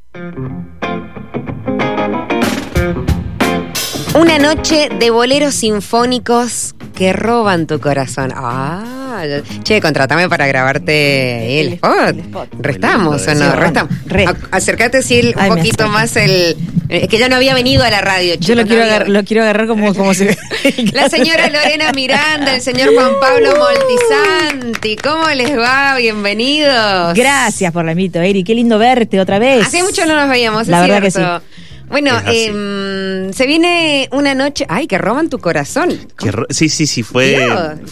Una noche de boleros sinfónicos que roban tu corazón. Che, contratame para grabarte el spot. ¿Restamos o no? Restamos. Acércate, sí, un poquito más el... Es que ya no había venido a la radio, chicos. Yo lo quiero agarrar como se ve. La señora Lorena Miranda, el señor Juan Pablo Moltisanti. ¿Cómo les va? Bienvenidos. Gracias por la invito, Eri. Qué lindo verte otra vez. Hace mucho no nos veíamos, la verdad cierto. Que sí. Bueno, se viene una noche... ¡Ay, que roban tu corazón! Sí, fue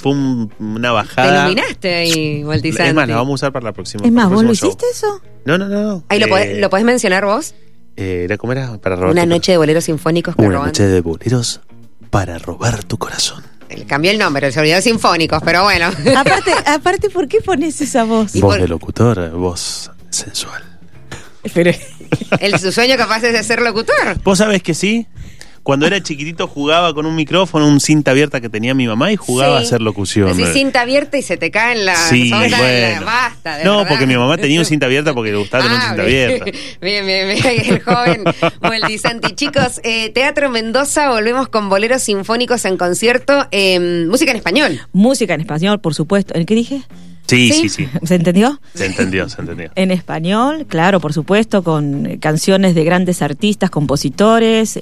una bajada. Te iluminaste ahí, Moltisanti. Es más, la vamos a usar para la próxima. Es más, ¿vos lo hiciste eso? No. Ahí ¿lo podés mencionar vos? ¿Cómo era? Para robar una noche de boleros sinfónicos que roban. Una noche de boleros para robar tu corazón. Cambió el nombre, se olvidó sinfónicos, pero bueno. Aparte, ¿por qué pones esa voz? Voz de locutor, voz sensual. Pero... ¿Su sueño capaz es de ser locutor? ¿Vos sabés que sí? Cuando era chiquitito jugaba con un micrófono, un cinta abierta que tenía mi mamá y jugaba a hacer locución. Decís cinta abierta y se te cae en la... Sí, bueno. Basta, no, verdad. Porque mi mamá tenía un cinta abierta porque le gustaba tener un cinta abierta. Bien, el joven Moltisanti. Chicos, Teatro Mendoza, volvemos con boleros sinfónicos en concierto. Música en español. Música en español, por supuesto. ¿En qué dije? Sí. ¿Se entendió? Se entendió. En español, claro, por supuesto, con canciones de grandes artistas, compositores,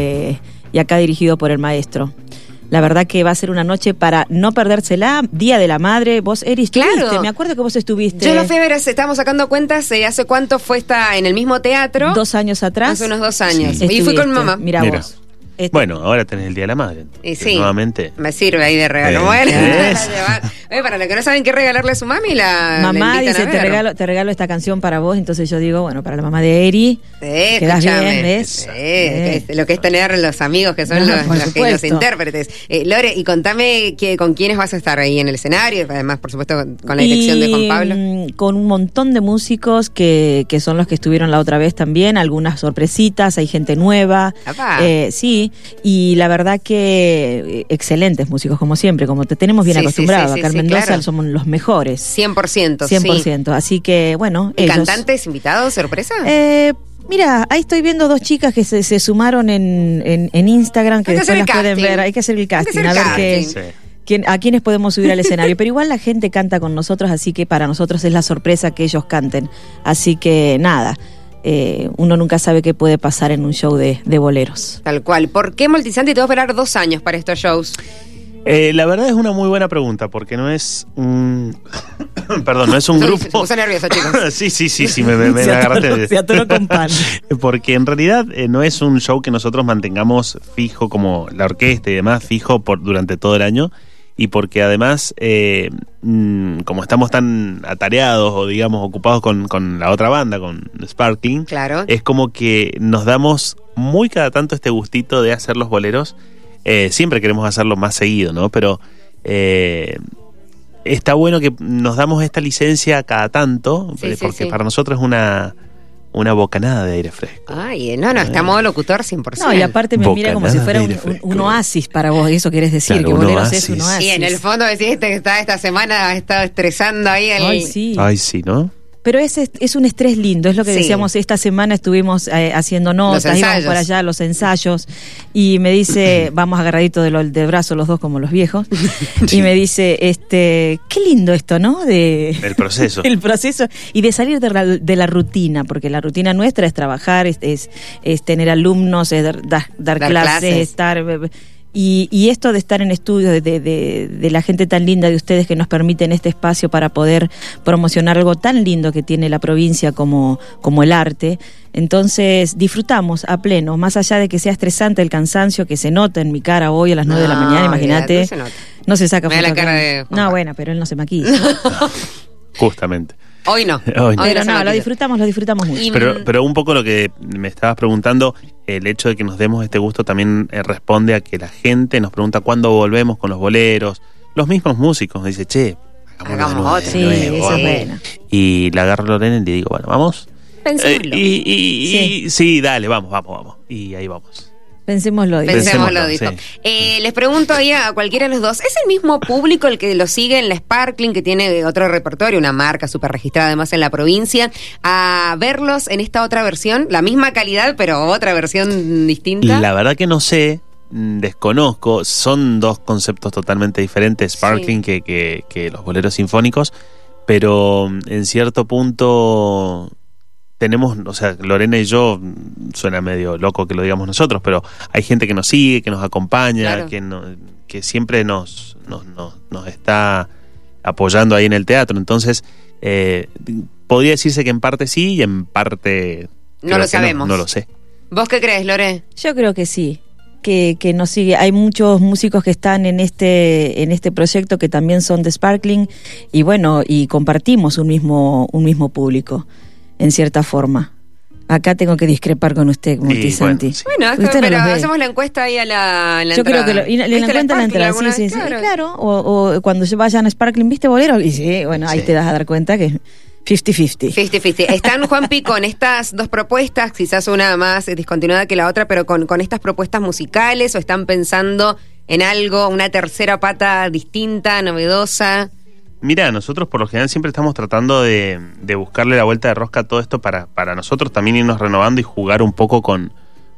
y acá dirigido por el maestro. La verdad que va a ser una noche para no perdérsela. Día de la Madre. Vos, Eri, estuviste. Claro. Me acuerdo que vos estuviste. Yo lo fui a ver, estábamos sacando cuentas, ¿hace cuánto fue en el mismo teatro? 2 años atrás. Hace unos 2 años. Sí. Y fui con mi mamá. Mira vos. Bueno, ahora tenés el Día de la Madre. Y sí, nuevamente. Me sirve ahí de regalo. Bueno, para los que no saben qué regalarle a su mami, mamá dice, te regalo esta canción para vos. Entonces yo digo, bueno, para la mamá de Eri, quedás bien, ¿ves? Lo que es tener los amigos que son los intérpretes. Lore, y contame con quiénes vas a estar ahí en el escenario, además, por supuesto, con la dirección de Juan Pablo. Con un montón de músicos que son los que estuvieron la otra vez también, algunas sorpresitas, hay gente nueva. Sí. Y la verdad que excelentes músicos, como siempre, como te tenemos bien acostumbrados. Acá en Mendoza claro. Somos los mejores. 100%. 100%. Así que, bueno. ¿Y ellos... cantantes invitados, sorpresa? Mira, ahí estoy viendo 2 chicas que se sumaron en Instagram, que después las pueden ver. Hay que hacer el casting, a ver a quiénes podemos subir al escenario. Pero igual la gente canta con nosotros, así que para nosotros es la sorpresa que ellos canten. Así que nada. Uno nunca sabe qué puede pasar en un show de boleros. Tal cual. ¿Por qué Moltisanti te va a esperar 2 años para estos shows? La verdad es una muy buena pregunta, porque no es un... Perdón, no es un grupo... Se puso nervioso, chicos. Sí, me agarraste. Se atoró con pan. Porque en realidad no es un show que nosotros mantengamos fijo, como la orquesta y demás, fijo durante todo el año. Y porque además, como estamos tan atareados o digamos ocupados con la otra banda, con Sparkling, claro. Es como que nos damos muy cada tanto este gustito de hacer los boleros. Siempre queremos hacerlo más seguido, ¿no? Pero está bueno que nos damos esta licencia cada tanto, porque para nosotros es una bocanada de aire fresco. Ay, no, está modo locutor 100%. No, y aparte me mira como si fuera un oasis para vos, eso querés decir, claro, que boleros es un oasis. Y en el fondo decís que esta semana ha estado estresando ahí el... Ay, sí, ¿no? Pero es un estrés lindo, es lo que decíamos, esta semana estuvimos haciendo notas, íbamos por allá, los ensayos, y me dice, vamos agarraditos del brazo los dos como los viejos, y me dice, qué lindo esto, ¿no? El proceso. El proceso, y de salir de la rutina, porque la rutina nuestra es trabajar, es tener alumnos, es dar clases, estar... Y esto de estar en estudios de la gente tan linda de ustedes que nos permiten este espacio para poder promocionar algo tan lindo que tiene la provincia como el arte, entonces disfrutamos a pleno, más allá de que sea estresante el cansancio que se nota en mi cara hoy a las 9 de la mañana, imagínate, no se saca foto. La cara de... No, bueno, pero él no se maquilla. Justamente. Hoy no. Pero no, lo disfrutamos mucho. Pero un poco lo que me estabas preguntando, el hecho de que nos demos este gusto también responde a que la gente nos pregunta cuándo volvemos con los boleros. Los mismos músicos nos dicen, che, hagamos otro. Sí, eso es bueno. Y la agarro a Lorena y le digo, bueno, vamos. Pensémoslo. Sí, dale, vamos. Y ahí vamos. Pensémoslo, dijo. Sí. Les pregunto ahí a cualquiera de los dos, ¿es el mismo público el que lo sigue en la Sparkling, que tiene otro repertorio, una marca súper registrada además en la provincia, a verlos en esta otra versión? ¿La misma calidad, pero otra versión distinta? La verdad que no sé, desconozco, son dos conceptos totalmente diferentes, Sparkling que los boleros sinfónicos, pero en cierto punto... tenemos, o sea, Lorena y yo, suena medio loco que lo digamos nosotros, pero hay gente que nos sigue, que nos acompaña, claro, que siempre nos está apoyando ahí en el teatro. Entonces, podría decirse que en parte sí y en parte no lo sabemos. No lo sé. ¿Vos qué crees, Lore? Yo creo que sí. Que nos sigue. Hay muchos músicos que están en este proyecto que también son de Sparkling y bueno, y compartimos un mismo público. En cierta forma. Acá tengo que discrepar con usted, Multisanti. Bueno, pero hacemos la encuesta ahí en la Yo entrada. Creo que la encuesta en la entrada, sí. Claro. O cuando vayan a Sparkling, ¿viste bolero? Y sí, bueno, ahí te das a dar cuenta que 50-50. 50-50. Están, Juanpi, con estas dos propuestas, quizás una más discontinuada que la otra, pero con estas propuestas musicales, o están pensando en algo, una tercera pata distinta, novedosa. Mira, nosotros por lo general siempre estamos tratando de buscarle la vuelta de rosca a todo esto para nosotros también irnos renovando y jugar un poco con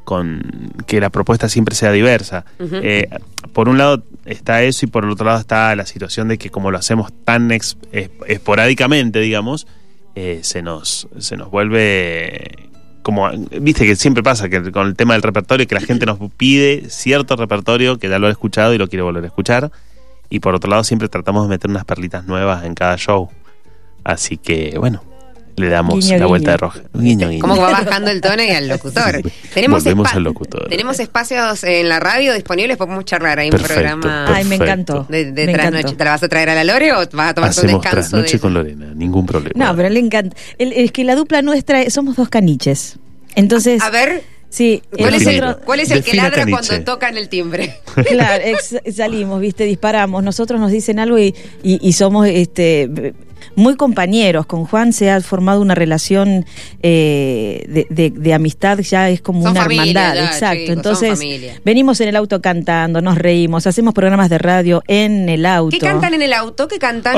que la propuesta siempre sea diversa. Uh-huh. Por un lado está eso y por el otro lado está la situación de que como lo hacemos tan esporádicamente, digamos, se nos vuelve... como, viste que siempre pasa que con el tema del repertorio, que la gente nos pide cierto repertorio que ya lo ha escuchado y lo quiere volver a escuchar. Y por otro lado siempre tratamos de meter unas perlitas nuevas en cada show. Así que, bueno, le damos la vuelta de roja. Guiño. ¿Cómo va bajando el tono y al locutor? Volvemos al locutor. Tenemos espacios en la radio disponibles, podemos charlar ahí un programa. Perfecto. Ay, me encantó. De trasnoche. ¿Te la vas a traer a la Lore o vas a tomar un descanso? Trasnoche con Lorena, ningún problema. No, pero le encanta. Es que la dupla nuestra, somos dos caniches. Entonces... A ver... Sí, ¿Cuál es el que ladra caniche cuando tocan el timbre? Claro, salimos, viste, disparamos. Nosotros nos dicen algo y somos muy compañeros. Con Juan se ha formado una relación de amistad, ya es como una hermandad, exacto. Chicos, entonces venimos en el auto cantando, nos reímos, hacemos programas de radio en el auto. ¿Qué cantan en el auto? ¿Qué cantan?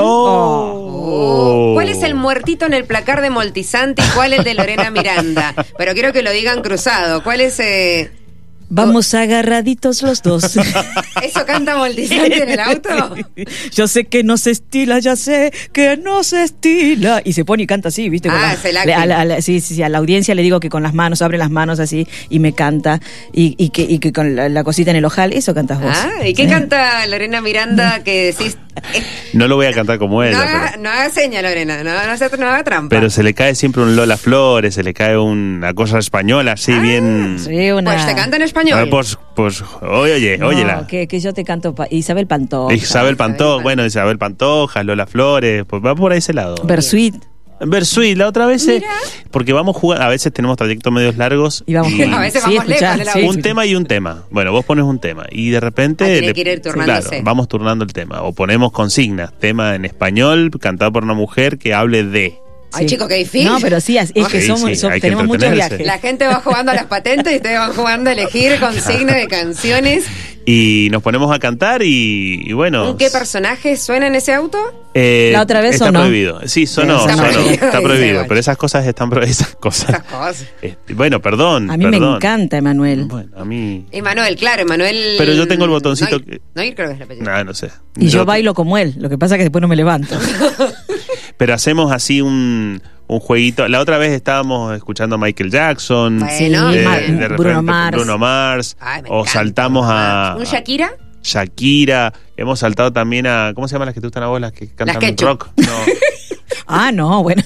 ¿Cuál es el muertito en el placar de Multisanti y cuál es el de Lorena Miranda? Pero quiero que lo digan cruzado. ¿Cuál es...? Vamos agarraditos los dos. ¿Eso canta Multisanti en el auto? Yo sé que no se estila, ya sé que no se estila. Y se pone y canta así, ¿viste? Sí, a la audiencia le digo que con las manos, abre las manos así y me canta. Y que con la cosita en el ojal, eso cantas vos. ¿Y qué canta Lorena Miranda que decís? No lo voy a cantar como ella. No haga seña, Lorena, no haga trampa. Pero se le cae siempre un Lola Flores, se le cae una cosa española, así bien... Sí, Pues te canta en español. Pues óyela. Que yo te canto Isabel Pantoja. Isabel Pantoja, Lola Flores, pues va por ese lado. Bersuit, la otra vez, porque vamos jugando, a veces tenemos trayectos medios largos. Y vamos a veces vamos lejos. Un tema y un tema. Bueno, vos pones un tema y de repente... tiene que ir turnándose. Claro, vamos turnando el tema. O ponemos consignas, tema en español, cantado por una mujer que hable de... Ay, chicos, qué difícil. No, pero sí, es que tenemos muchos viajes. La gente va jugando a las patentes y ustedes van jugando a elegir consignas de canciones. Y nos ponemos a cantar y bueno... ¿Qué personaje suena en ese auto? La otra vez está prohibido. Sí, sonó. Está prohibido, pero esas cosas están prohibidas. Esas cosas. Bueno, perdón. A mí me encanta Emanuel. Bueno, a mí... Emanuel, claro, Emanuel... Pero yo tengo el botoncito... Noir creo que es el apellido. No sé. Y yo bailo como él, lo que pasa es que después no me levanto. Pero hacemos así un jueguito. La otra vez estábamos escuchando a Michael Jackson, de Bruno Mars, o saltamos a... ¿Un Shakira? Shakira. Hemos saltado también a... ¿Cómo se llaman las que te gustan a vos? Las que cantan rock. No. No, bueno.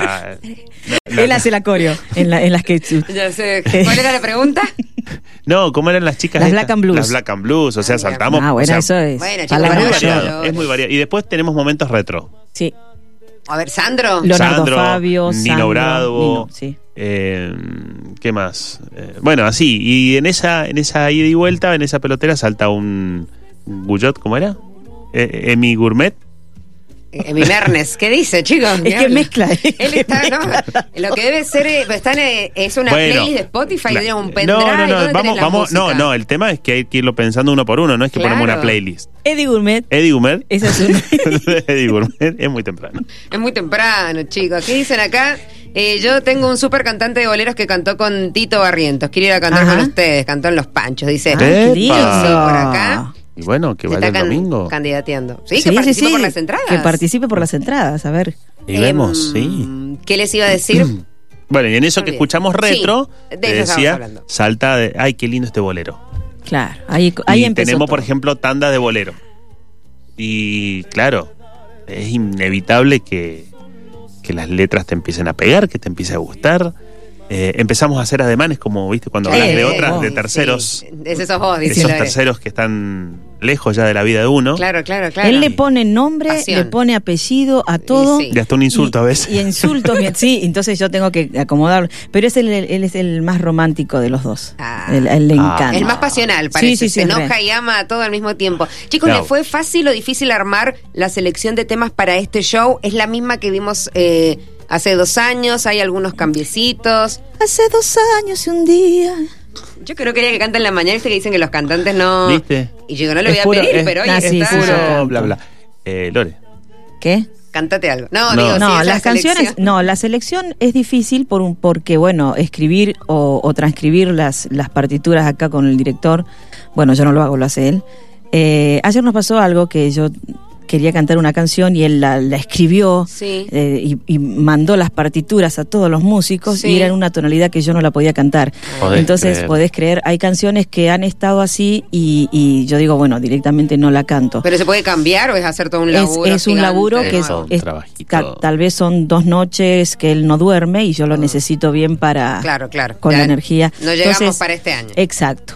Él hace la coreo en las que... Ya sé. ¿Cuál era la pregunta? No, ¿cómo eran las chicas? Las Black and Blues. Las Black and Blues, o sea, saltamos... bueno, eso es... Bueno, es muy variado. Y después tenemos momentos retro. Sí. A ver, Sandro, Fabio, Nino Bravo, sí. ¿Qué más? Bueno, así, y en esa ida y vuelta, en esa pelotera salta un Guyot, ¿cómo era? Emi Gourmet. Mi Mernes, ¿qué dice, chicos? Es que mezcla. Él está, ¿no? Lo que debe ser, es una playlist de Spotify, digamos, un pendrive. No, el tema es que hay que irlo pensando uno por uno, no es que ponemos una playlist. Eddie Gourmet. Esa es Eddie Gourmet, es muy temprano. Es muy temprano, chicos. ¿Qué dicen acá? Yo tengo un súper cantante de boleros que cantó con Tito Barrientos. Quiero ir a cantar con ustedes. Cantó en Los Panchos, dice. Sí, por acá. Y bueno, que vaya el domingo. Candidateando. Sí, que participe por las entradas. Que participe por las entradas, a ver. Y vemos, sí. ¿Qué les iba a decir? Bueno, y en eso que escuchamos retro, te decía, salta de, ay, qué lindo este bolero. Claro, ahí empezó tenemos, todo. Por ejemplo, tanda de bolero. Y claro, es inevitable que las letras te empiecen a pegar, que te empiece a gustar. Empezamos a hacer ademanes, como viste, cuando hablas de otras, de terceros. Sí. Ese sos vos, dice. Esos terceros que están lejos ya de la vida de uno. Claro. Él le pone nombre, le pone apellido a todo. Y hasta un insulto a veces. Y insultos, sí, entonces yo tengo que acomodarlo. Pero él es el más romántico de los dos. Él le encanta. El más pasional, parece. Sí, se enoja y ama a todo al mismo tiempo. Chicos, ¿le fue fácil o difícil armar la selección de temas para este show? ¿Es la misma que vimos hace 2 años? ¿Hay algunos cambiecitos? Hace 2 años y un día. Yo que no quería que canten en la mañana, viste que dicen que los cantantes no... ¿Viste? Y yo no le voy a pedir, pero hoy está... Puro bla, bla. Lore. ¿Qué? Cántate algo. Digo, las canciones... No, la selección es difícil porque, bueno, escribir o transcribir las partituras acá con el director, bueno, yo no lo hago, lo hace él. Ayer nos pasó algo que yo quería cantar una canción y él la escribió y mandó las partituras a todos los músicos y era en una tonalidad que yo no la podía cantar. Entonces, podés creer, hay canciones que han estado así y yo digo, bueno, directamente no la canto. ¿Pero se puede cambiar o es hacer todo un laburo? Es un laburo que es tal vez son 2 noches que él no duerme y yo lo necesito bien para... Claro. Con la energía. No llegamos para este año. Exacto.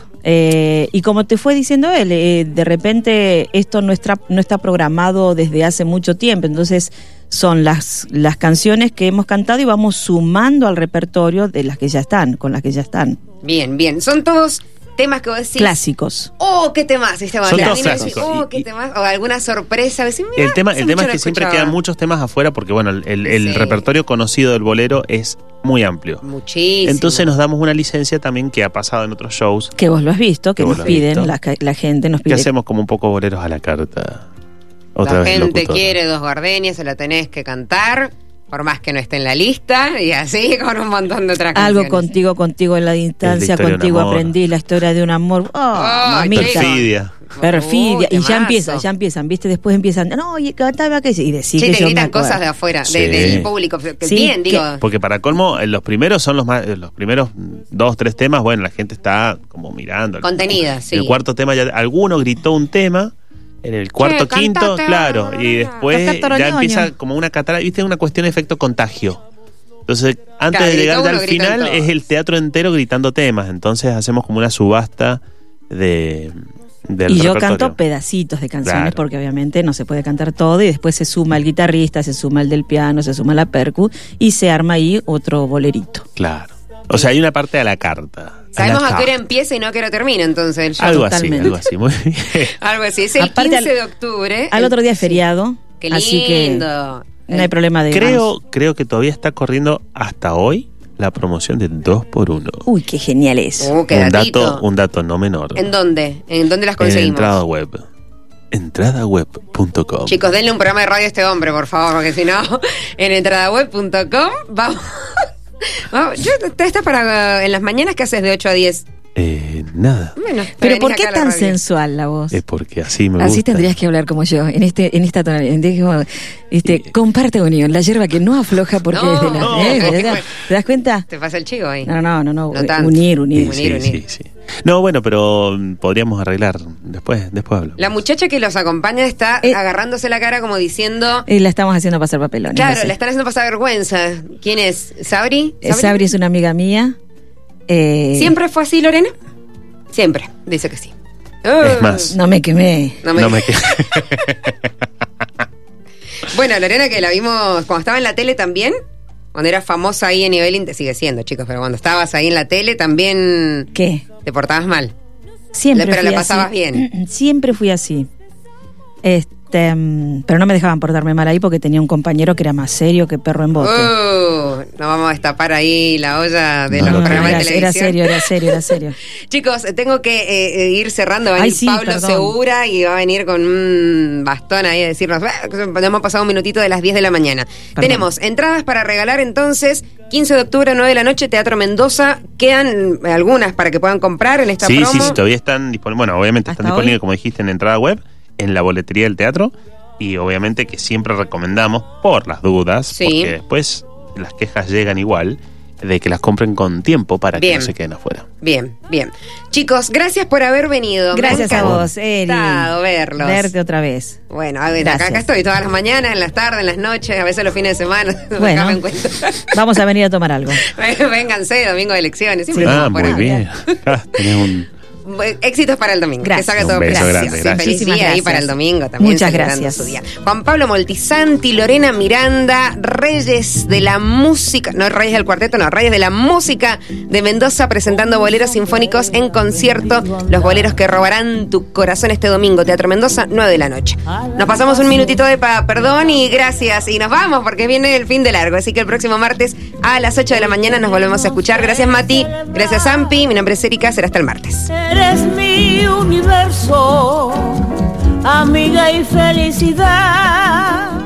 Y como te fue diciendo él, de repente esto no está programado desde hace mucho tiempo, entonces son las canciones que hemos cantado y vamos sumando al repertorio de las que ya están, con las que ya están. Bien, son todos temas que vos decís clásicos. ¿Qué temas? Son todos clásicos. ¿Qué temas? O alguna sorpresa. Decís, el tema es que siempre quedan muchos temas afuera porque, bueno, el repertorio conocido del bolero es muy amplio. Muchísimo. Entonces nos damos una licencia también que ha pasado en otros shows. Que vos lo has visto, que nos piden, la gente nos pide. Que hacemos como un poco boleros a la carta. La gente quiere 2 gardenias, se la tenés que cantar, por más que no esté en la lista, y así con un montón de otras canciones. Algo contigo en la distancia, contigo aprendí la historia de un amor. Mamita. Perfidia. Y ya empiezan, ¿viste? Después empiezan, no, y cantaba que sí, y decís que te gritan cosas de afuera, del público. Bien, digo. Porque para colmo, los primeros son los primeros 2, 3 temas, bueno, la gente está como mirando. Contenida, sí. El cuarto tema, ya alguno gritó un tema. En el cuarto, quinto, claro, y después ya empieza como una catarata, viste, una cuestión de efecto contagio. Entonces, antes de llegar ya al final, es el teatro entero gritando temas. Entonces hacemos como una subasta del yo canto pedacitos de canciones porque obviamente no se puede cantar todo y después se suma el guitarrista, se suma el del piano, se suma la percu y se arma ahí otro bolerito. Claro. O sea, hay una parte a la carta. Sabemos a qué hora empieza y no a qué hora termina, entonces el show. Algo así, muy bien. Algo así. Es el 15 de octubre. Al otro día es feriado. Qué lindo. Así que no hay problema de creo que todavía está corriendo hasta hoy la promoción de 2x1. Uy, qué genial es. Un dato no menor. ¿En dónde? ¿En dónde las conseguimos? En entrada web. Entradaweb.com. Chicos, denle un programa de radio a este hombre, por favor, porque si no, en entradaweb.com vamos. ¿Estás para en las mañanas que haces de 8 a 10? Nada. Bueno, pero ¿por qué tan sensual la voz? Es porque así me gusta. Así tendrías que hablar como yo, en esta tonalidad. Comparte unión, la hierba que no afloja porque es de la... ¿Te das cuenta? Te pasa el chivo ahí. No. Unir. Sí. No, bueno, pero podríamos arreglar. Después hablo. La muchacha que los acompaña está agarrándose la cara como diciendo... la estamos haciendo pasar papelones. Claro, la están haciendo pasar vergüenza. ¿Quién es? ¿Sabri? Sabri es una amiga mía. ¿Siempre fue así, Lorena? Siempre, dice que sí. Es más. No me quemé. No me quemé. Bueno, Lorena, que la vimos cuando estaba en la tele también, cuando era famosa ahí en nivel... Sigue siendo, chicos, pero cuando estabas ahí en la tele también... ¿Qué? ¿Te portabas mal? Siempre pero fui la pasabas así. bien. Siempre fui así. Pero no me dejaban portarme mal ahí porque tenía un compañero que era más serio que perro en bote. No vamos a destapar ahí la olla de los programas de televisión. Era serio. Chicos, tengo que ir cerrando. Va a venir Pablo Segura y va a venir con un bastón ahí a decirnos, hemos pasado un minutito de las 10 de la mañana. Tenemos entradas para regalar entonces, 15 de octubre, 9 de la noche, Teatro Mendoza. Quedan algunas para que puedan comprar en esta promo. Sí, todavía están disponibles. Bueno, obviamente están disponibles, como dijiste, en entrada web, en la boletería del teatro, y obviamente que siempre recomendamos, por las dudas, porque después las quejas llegan igual, de que las compren con tiempo para que no se queden afuera. Bien. Chicos, gracias por haber venido. Gracias a vos, Eri. Verlos. Verte otra vez. Bueno, a ver, acá estoy todas las mañanas, en las tardes, en las noches, a veces los fines de semana. Bueno, vamos a venir a tomar algo. Vénganse, domingo de elecciones. Muy bien. Tenés un... Éxitos para el domingo. Gracias. Que salga todo gracias. Feliz día ahí para el domingo también. Muchas gracias. Su día. Juan Pablo Moltisanti, Lorena Miranda, Reyes de la música, no Reyes del cuarteto, no, Reyes de la música de Mendoza, presentando boleros sinfónicos en concierto. Los boleros que robarán tu corazón este domingo, Teatro Mendoza, 9 de la noche. Nos pasamos un minutito de perdón y gracias. Y nos vamos porque viene el fin de largo. Así que el próximo martes a las 8 de la mañana nos volvemos a escuchar. Gracias, Mati. Gracias, Ampi. Mi nombre es Erika. Será hasta el martes. Eres mi universo, amiga y felicidad.